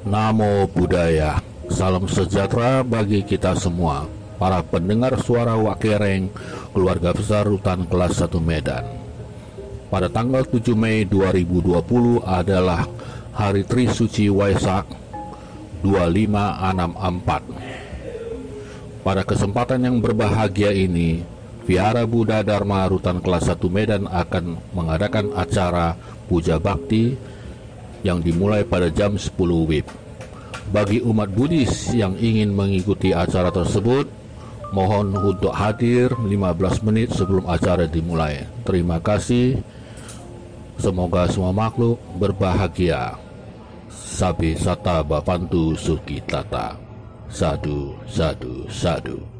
Namo Buddhaya. Salam sejahtera bagi kita semua, para pendengar suara Wakereng, keluarga besar Rutan Kelas 1 Medan. Pada tanggal 7 Mei 2020 adalah Hari Trisuci Waisak 2564. Pada kesempatan yang berbahagia ini, Vihara Buddha Dharma Rutan Kelas 1 Medan akan mengadakan acara Puja Bakti yang dimulai pada jam 10 WIB. Bagi umat Buddhis yang ingin mengikuti acara tersebut, mohon untuk hadir 15 menit sebelum acara dimulai. Terima kasih. Semoga semua makhluk berbahagia. Sabi Sata Bapantu Suki Tata. Sadu, sadu, sadu.